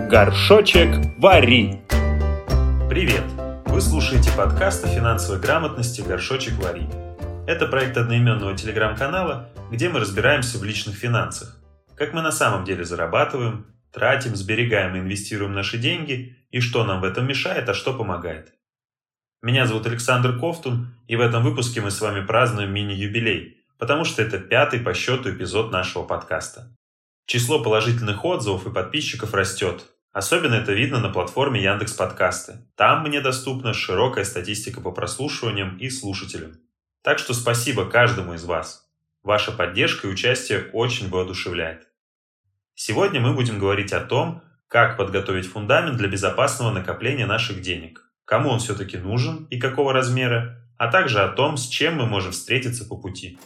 Горшочек вари! Привет! Вы слушаете подкаст о финансовой грамотности «Горшочек вари». Это проект одноименного телеграм-канала, где мы разбираемся в личных финансах. Как мы на самом деле зарабатываем, тратим, сберегаем и инвестируем наши деньги, и что нам в этом мешает, а что помогает. Меня зовут Александр Ковтун, и в этом выпуске мы с вами празднуем мини-юбилей, потому что это 5-й по счету эпизод нашего подкаста. Число положительных отзывов и подписчиков растет. Особенно это видно на платформе Яндекс.Подкасты. Там мне доступна широкая статистика по прослушиваниям и слушателям. Так что спасибо каждому из вас. Ваша поддержка и участие очень воодушевляет. Сегодня мы будем говорить о том, как подготовить фундамент для безопасного накопления наших денег, кому он все-таки нужен и какого размера, а также о том, с чем мы можем встретиться по пути.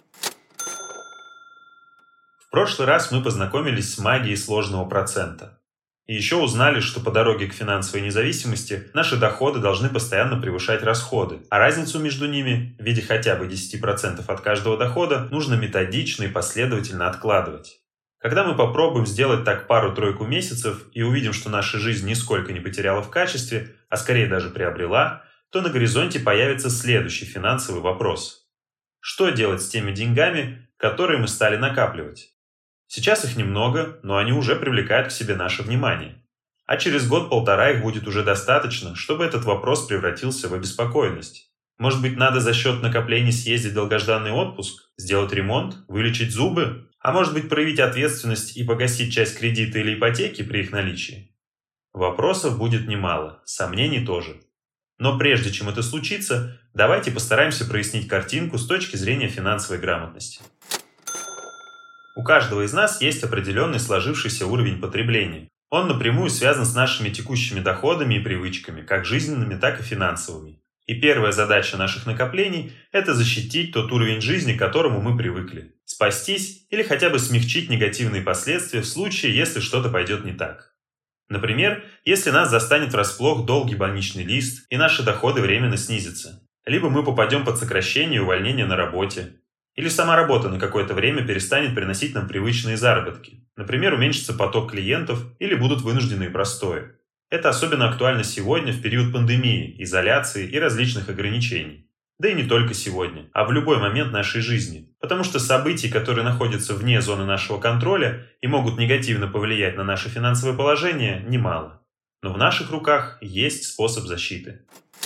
В прошлый раз мы познакомились с магией сложного процента. И еще узнали, что по дороге к финансовой независимости наши доходы должны постоянно превышать расходы, а разницу между ними, в виде хотя бы 10% от каждого дохода, нужно методично и последовательно откладывать. Когда мы попробуем сделать так пару-тройку месяцев и увидим, что наша жизнь нисколько не потеряла в качестве, а скорее даже приобрела, то на горизонте появится следующий финансовый вопрос. Что делать с теми деньгами, которые мы стали накапливать? Сейчас их немного, но они уже привлекают к себе наше внимание. А через год-полтора их будет уже достаточно, чтобы этот вопрос превратился в обеспокоенность. Может быть, надо за счет накоплений съездить в долгожданный отпуск, сделать ремонт, вылечить зубы? А может быть, проявить ответственность и погасить часть кредита или ипотеки при их наличии? Вопросов будет немало, сомнений тоже. Но прежде чем это случится, давайте постараемся прояснить картинку с точки зрения финансовой грамотности. У каждого из нас есть определенный сложившийся уровень потребления. Он напрямую связан с нашими текущими доходами и привычками, как жизненными, так и финансовыми. И первая задача наших накоплений – это защитить тот уровень жизни, к которому мы привыкли. Спастись или хотя бы смягчить негативные последствия в случае, если что-то пойдет не так. Например, если нас застанет врасплох долгий больничный лист и наши доходы временно снизятся. Либо мы попадем под сокращение и увольнение на работе. Или сама работа на какое-то время перестанет приносить нам привычные заработки. Например, уменьшится поток клиентов или будут вынужденные простои. Это особенно актуально сегодня, в период пандемии, изоляции и различных ограничений. Да и не только сегодня, а в любой момент нашей жизни. Потому что событий, которые находятся вне зоны нашего контроля и могут негативно повлиять на наше финансовое положение, немало. Но в наших руках есть способ защиты.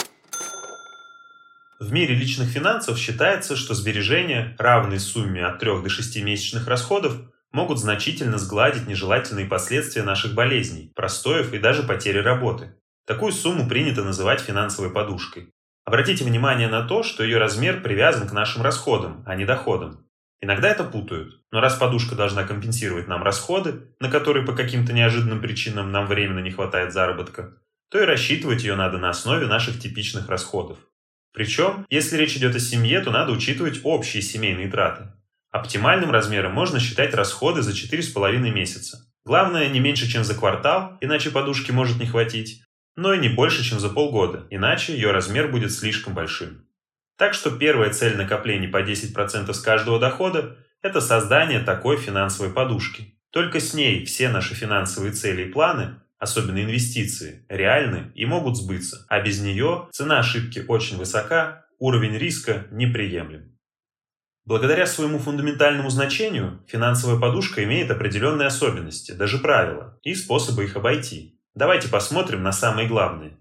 В мире личных финансов считается, что сбережения, равные сумме от 3 до 6 месячных расходов, могут значительно сгладить нежелательные последствия наших болезней, простоев и даже потери работы. Такую сумму принято называть финансовой подушкой. Обратите внимание на то, что ее размер привязан к нашим расходам, а не доходам. Иногда это путают, но раз подушка должна компенсировать нам расходы, на которые по каким-то неожиданным причинам нам временно не хватает заработка, то и рассчитывать ее надо на основе наших типичных расходов. Причем, если речь идет о семье, то надо учитывать общие семейные траты. Оптимальным размером можно считать расходы за 4,5 месяца. Главное, не меньше, чем за квартал, иначе подушки может не хватить, но и не больше, чем за полгода, иначе ее размер будет слишком большим. Так что первая цель накоплений по 10% с каждого дохода – это создание такой финансовой подушки. Только с ней все наши финансовые цели и планы, особенно инвестиции, реальны и могут сбыться, а без нее цена ошибки очень высока, уровень риска неприемлем. Благодаря своему фундаментальному значению финансовая подушка имеет определенные особенности, даже правила, и способы их обойти. Давайте посмотрим на самые главные.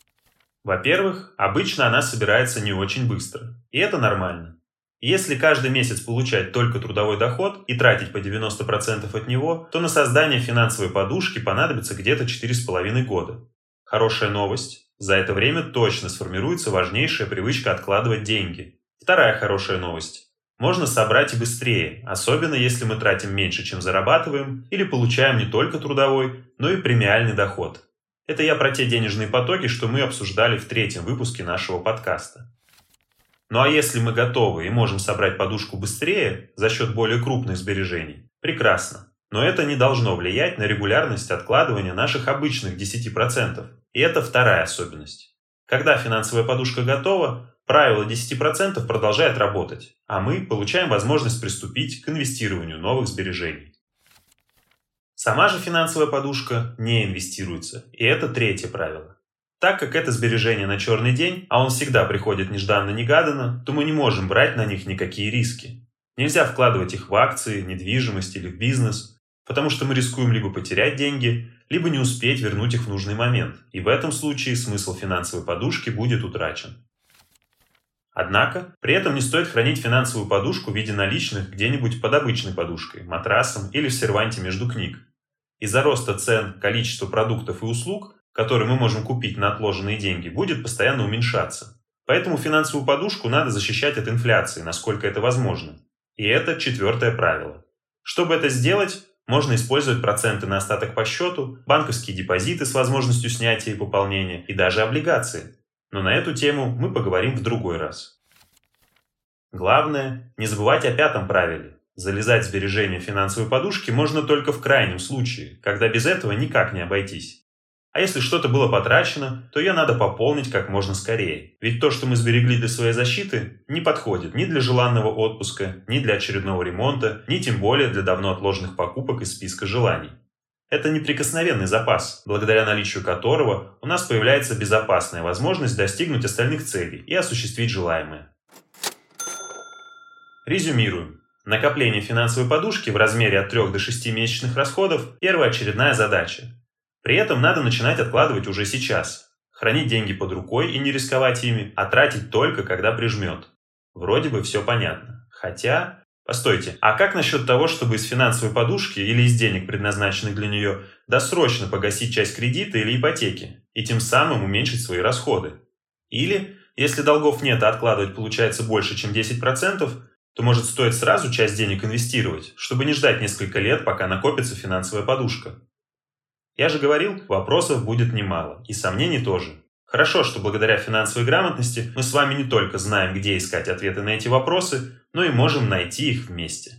Во-первых, обычно она собирается не очень быстро, и это нормально. Если каждый месяц получать только трудовой доход и тратить по 90% от него, то на создание финансовой подушки понадобится где-то 4,5 года. Хорошая новость – за это время точно сформируется важнейшая привычка откладывать деньги. Вторая хорошая новость – можно собрать и быстрее, особенно если мы тратим меньше, чем зарабатываем, или получаем не только трудовой, но и премиальный доход. Это я про те денежные потоки, что мы обсуждали в 3-м выпуске нашего подкаста. Ну а если мы готовы и можем собрать подушку быстрее за счет более крупных сбережений, прекрасно. Но это не должно влиять на регулярность откладывания наших обычных 10%. И это вторая особенность. Когда финансовая подушка готова, правило 10% продолжает работать, а мы получаем возможность приступить к инвестированию новых сбережений. Сама же финансовая подушка не инвестируется, и это третье правило. Так как это сбережение на черный день, а он всегда приходит нежданно-негаданно, то мы не можем брать на них никакие риски. Нельзя вкладывать их в акции, недвижимость или в бизнес, потому что мы рискуем либо потерять деньги, либо не успеть вернуть их в нужный момент, и в этом случае смысл финансовой подушки будет утрачен. Однако, при этом не стоит хранить финансовую подушку в виде наличных где-нибудь под обычной подушкой, матрасом или в серванте между книг. Из-за роста цен, количества продуктов и услуг, которые мы можем купить на отложенные деньги, будет постоянно уменьшаться. Поэтому финансовую подушку надо защищать от инфляции, насколько это возможно. И это четвертое правило. Чтобы это сделать, можно использовать проценты на остаток по счету, банковские депозиты с возможностью снятия и пополнения, и даже облигации. Но на эту тему мы поговорим в другой раз. Главное, не забывать о пятом правиле. Залезать в сбережения финансовой подушки можно только в крайнем случае, когда без этого никак не обойтись. А если что-то было потрачено, то ее надо пополнить как можно скорее. Ведь то, что мы сберегли для своей защиты, не подходит ни для желанного отпуска, ни для очередного ремонта, ни тем более для давно отложенных покупок из списка желаний. Это неприкосновенный запас, благодаря наличию которого у нас появляется безопасная возможность достигнуть остальных целей и осуществить желаемое. Резюмируем. Накопление финансовой подушки в размере от 3 до 6 месячных расходов – первоочередная задача. При этом надо начинать откладывать уже сейчас. Хранить деньги под рукой и не рисковать ими, а тратить только, когда прижмет. Вроде бы все понятно. Хотя... Постойте, а как насчет того, чтобы из финансовой подушки или из денег, предназначенных для нее, досрочно погасить часть кредита или ипотеки и тем самым уменьшить свои расходы? Или, если долгов нет, а откладывать получается больше, чем 10%, то может стоит сразу часть денег инвестировать, чтобы не ждать несколько лет, пока накопится финансовая подушка? Я же говорил, вопросов будет немало, и сомнений тоже. Хорошо, что благодаря финансовой грамотности мы с вами не только знаем, где искать ответы на эти вопросы, но и можем найти их вместе.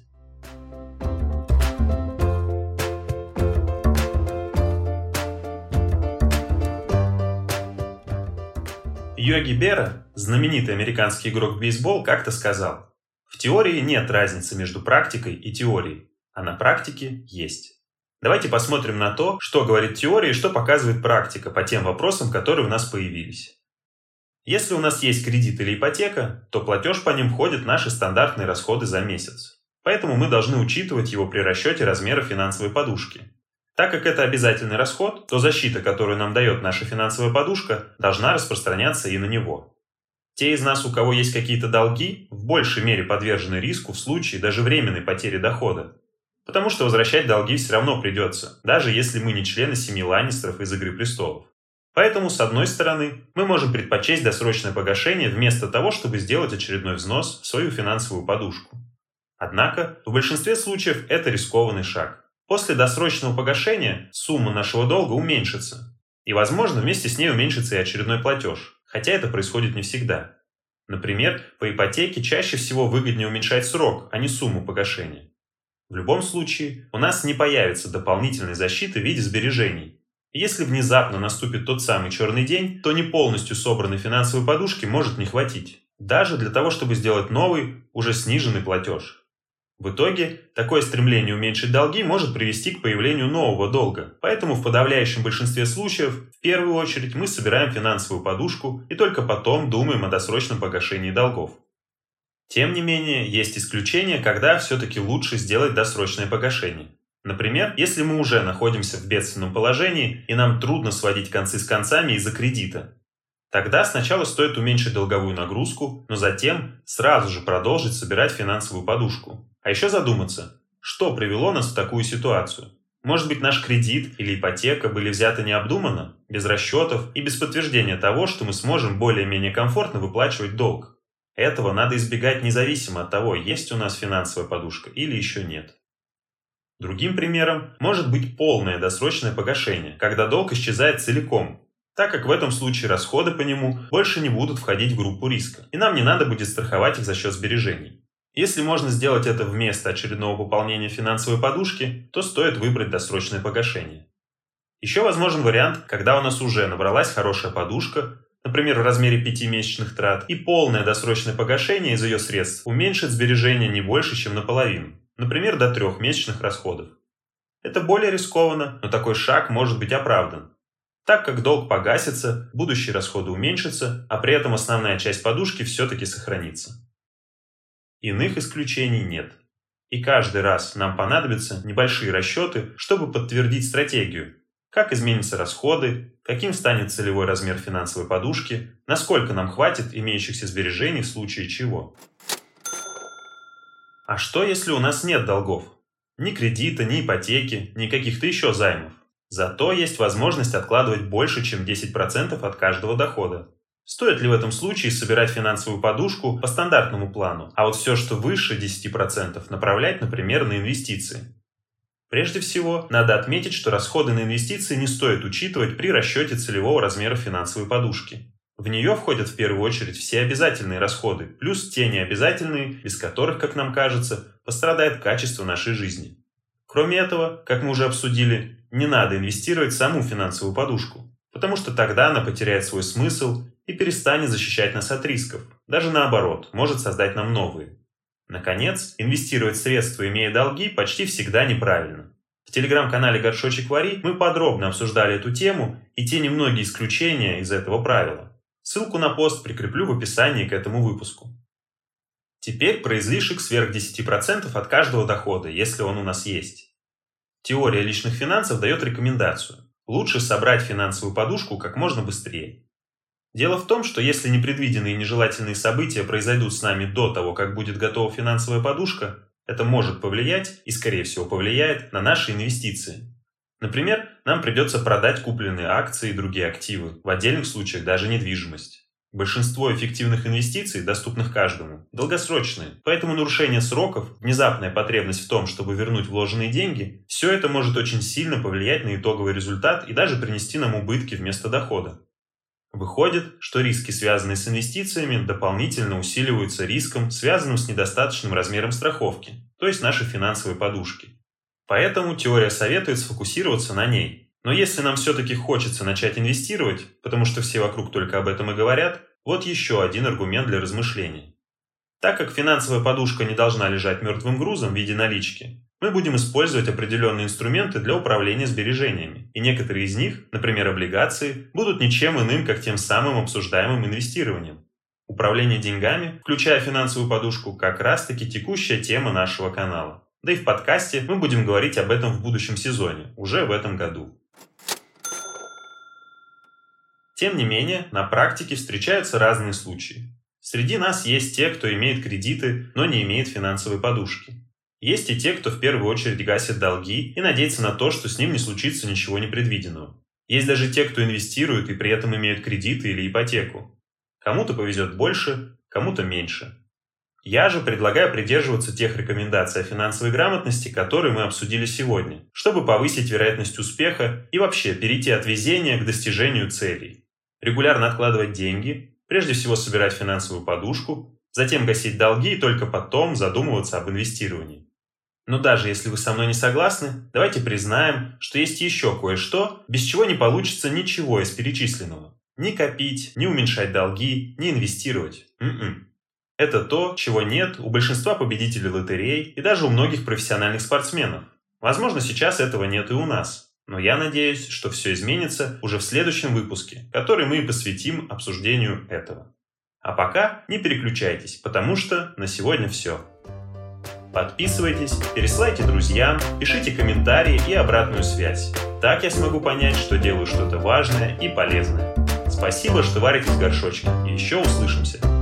Йоги Берра, знаменитый американский игрок в бейсбол, как-то сказал: «В теории нет разницы между практикой и теорией, а на практике есть». Давайте посмотрим на то, что говорит теория и что показывает практика по тем вопросам, которые у нас появились. Если у нас есть кредит или ипотека, то платеж по ним входит в наши стандартные расходы за месяц. Поэтому мы должны учитывать его при расчете размера финансовой подушки. Так как это обязательный расход, то защита, которую нам дает наша финансовая подушка, должна распространяться и на него. Те из нас, у кого есть какие-то долги, в большей мере подвержены риску в случае даже временной потери дохода. Потому что возвращать долги все равно придется, даже если мы не члены семьи Ланнистеров из «Игры престолов». Поэтому, с одной стороны, мы можем предпочесть досрочное погашение вместо того, чтобы сделать очередной взнос в свою финансовую подушку. Однако, в большинстве случаев это рискованный шаг. После досрочного погашения сумма нашего долга уменьшится. И, возможно, вместе с ней уменьшится и очередной платеж, хотя это происходит не всегда. Например, по ипотеке чаще всего выгоднее уменьшать срок, а не сумму погашения. В любом случае, у нас не появится дополнительной защиты в виде сбережений. И если внезапно наступит тот самый черный день, то не полностью собранной финансовой подушки может не хватить. Даже для того, чтобы сделать новый, уже сниженный платеж. В итоге, такое стремление уменьшить долги может привести к появлению нового долга. Поэтому в подавляющем большинстве случаев, в первую очередь, мы собираем финансовую подушку и только потом думаем о досрочном погашении долгов. Тем не менее, есть исключения, когда все-таки лучше сделать досрочное погашение. Например, если мы уже находимся в бедственном положении и нам трудно сводить концы с концами из-за кредита. Тогда сначала стоит уменьшить долговую нагрузку, но затем сразу же продолжить собирать финансовую подушку. А еще задуматься, что привело нас в такую ситуацию. Может быть, наш кредит или ипотека были взяты необдуманно, без расчетов и без подтверждения того, что мы сможем более-менее комфортно выплачивать долг. Этого надо избегать независимо от того, есть у нас финансовая подушка или еще нет. Другим примером может быть полное досрочное погашение, когда долг исчезает целиком, так как в этом случае расходы по нему больше не будут входить в группу риска, и нам не надо будет страховать их за счет сбережений. Если можно сделать это вместо очередного пополнения финансовой подушки, то стоит выбрать досрочное погашение. Еще возможен вариант, когда у нас уже набралась хорошая подушка, например, в размере 5 месячных трат, и полное досрочное погашение из ее средств уменьшит сбережения не больше, чем наполовину, например, до 3 месячных расходов. Это более рискованно, но такой шаг может быть оправдан, так как долг погасится, будущие расходы уменьшатся, а при этом основная часть подушки все-таки сохранится. Иных исключений нет. И каждый раз нам понадобятся небольшие расчеты, чтобы подтвердить стратегию, как изменятся расходы, каким станет целевой размер финансовой подушки, насколько нам хватит имеющихся сбережений в случае чего. А что, если у нас нет долгов? Ни кредита, ни ипотеки, ни каких-то еще займов. Зато есть возможность откладывать больше, чем 10% от каждого дохода. Стоит ли в этом случае собирать финансовую подушку по стандартному плану, а вот все, что выше 10%, направлять, например, на инвестиции? Прежде всего, надо отметить, что расходы на инвестиции не стоит учитывать при расчете целевого размера финансовой подушки. В нее входят в первую очередь все обязательные расходы, плюс те необязательные, без которых, как нам кажется, пострадает качество нашей жизни. Кроме этого, как мы уже обсудили, не надо инвестировать в саму финансовую подушку, потому что тогда она потеряет свой смысл и перестанет защищать нас от рисков, даже наоборот, может создать нам новые. Наконец, инвестировать средства, имея долги, почти всегда неправильно. В телеграм-канале «Горшочек Вари» мы подробно обсуждали эту тему и те немногие исключения из этого правила. Ссылку на пост прикреплю в описании к этому выпуску. Теперь про излишек сверх 10% от каждого дохода, если он у нас есть. Теория личных финансов дает рекомендацию: лучше собрать финансовую подушку как можно быстрее. Дело в том, что если непредвиденные и нежелательные события произойдут с нами до того, как будет готова финансовая подушка, это может повлиять, и скорее всего повлияет, на наши инвестиции. Например, нам придется продать купленные акции и другие активы, в отдельных случаях даже недвижимость. Большинство эффективных инвестиций, доступных каждому, долгосрочные, поэтому нарушение сроков, внезапная потребность в том, чтобы вернуть вложенные деньги, все это может очень сильно повлиять на итоговый результат и даже принести нам убытки вместо дохода. Выходит, что риски, связанные с инвестициями, дополнительно усиливаются риском, связанным с недостаточным размером страховки, то есть нашей финансовой подушки. Поэтому теория советует сфокусироваться на ней. Но если нам все-таки хочется начать инвестировать, потому что все вокруг только об этом и говорят, вот еще один аргумент для размышления. Так как финансовая подушка не должна лежать мертвым грузом в виде налички, мы будем использовать определенные инструменты для управления сбережениями, и некоторые из них, например, облигации, будут ничем иным, как тем самым обсуждаемым инвестированием. Управление деньгами, включая финансовую подушку, как раз-таки текущая тема нашего канала. Да и в подкасте мы будем говорить об этом в будущем сезоне, уже в этом году. Тем не менее, на практике встречаются разные случаи. Среди нас есть те, кто имеет кредиты, но не имеет финансовой подушки. Есть и те, кто в первую очередь гасит долги и надеется на то, что с ним не случится ничего непредвиденного. Есть даже те, кто инвестирует и при этом имеют кредиты или ипотеку. Кому-то повезет больше, кому-то меньше. Я же предлагаю придерживаться тех рекомендаций о финансовой грамотности, которые мы обсудили сегодня, чтобы повысить вероятность успеха и вообще перейти от везения к достижению целей. Регулярно откладывать деньги, прежде всего собирать финансовую подушку, затем гасить долги и только потом задумываться об инвестировании. Но даже если вы со мной не согласны, давайте признаем, что есть еще кое-что, без чего не получится ничего из перечисленного. Ни копить, ни уменьшать долги, ни инвестировать. Это то, чего нет у большинства победителей лотерей и даже у многих профессиональных спортсменов. Возможно, сейчас этого нет и у нас. Но я надеюсь, что все изменится уже в следующем выпуске, который мы и посвятим обсуждению этого. А пока не переключайтесь, потому что на сегодня все. Подписывайтесь, пересылайте друзьям, пишите комментарии и обратную связь. Так я смогу понять, что делаю что-то важное и полезное. Спасибо, что варитесь в горшочке, и еще услышимся.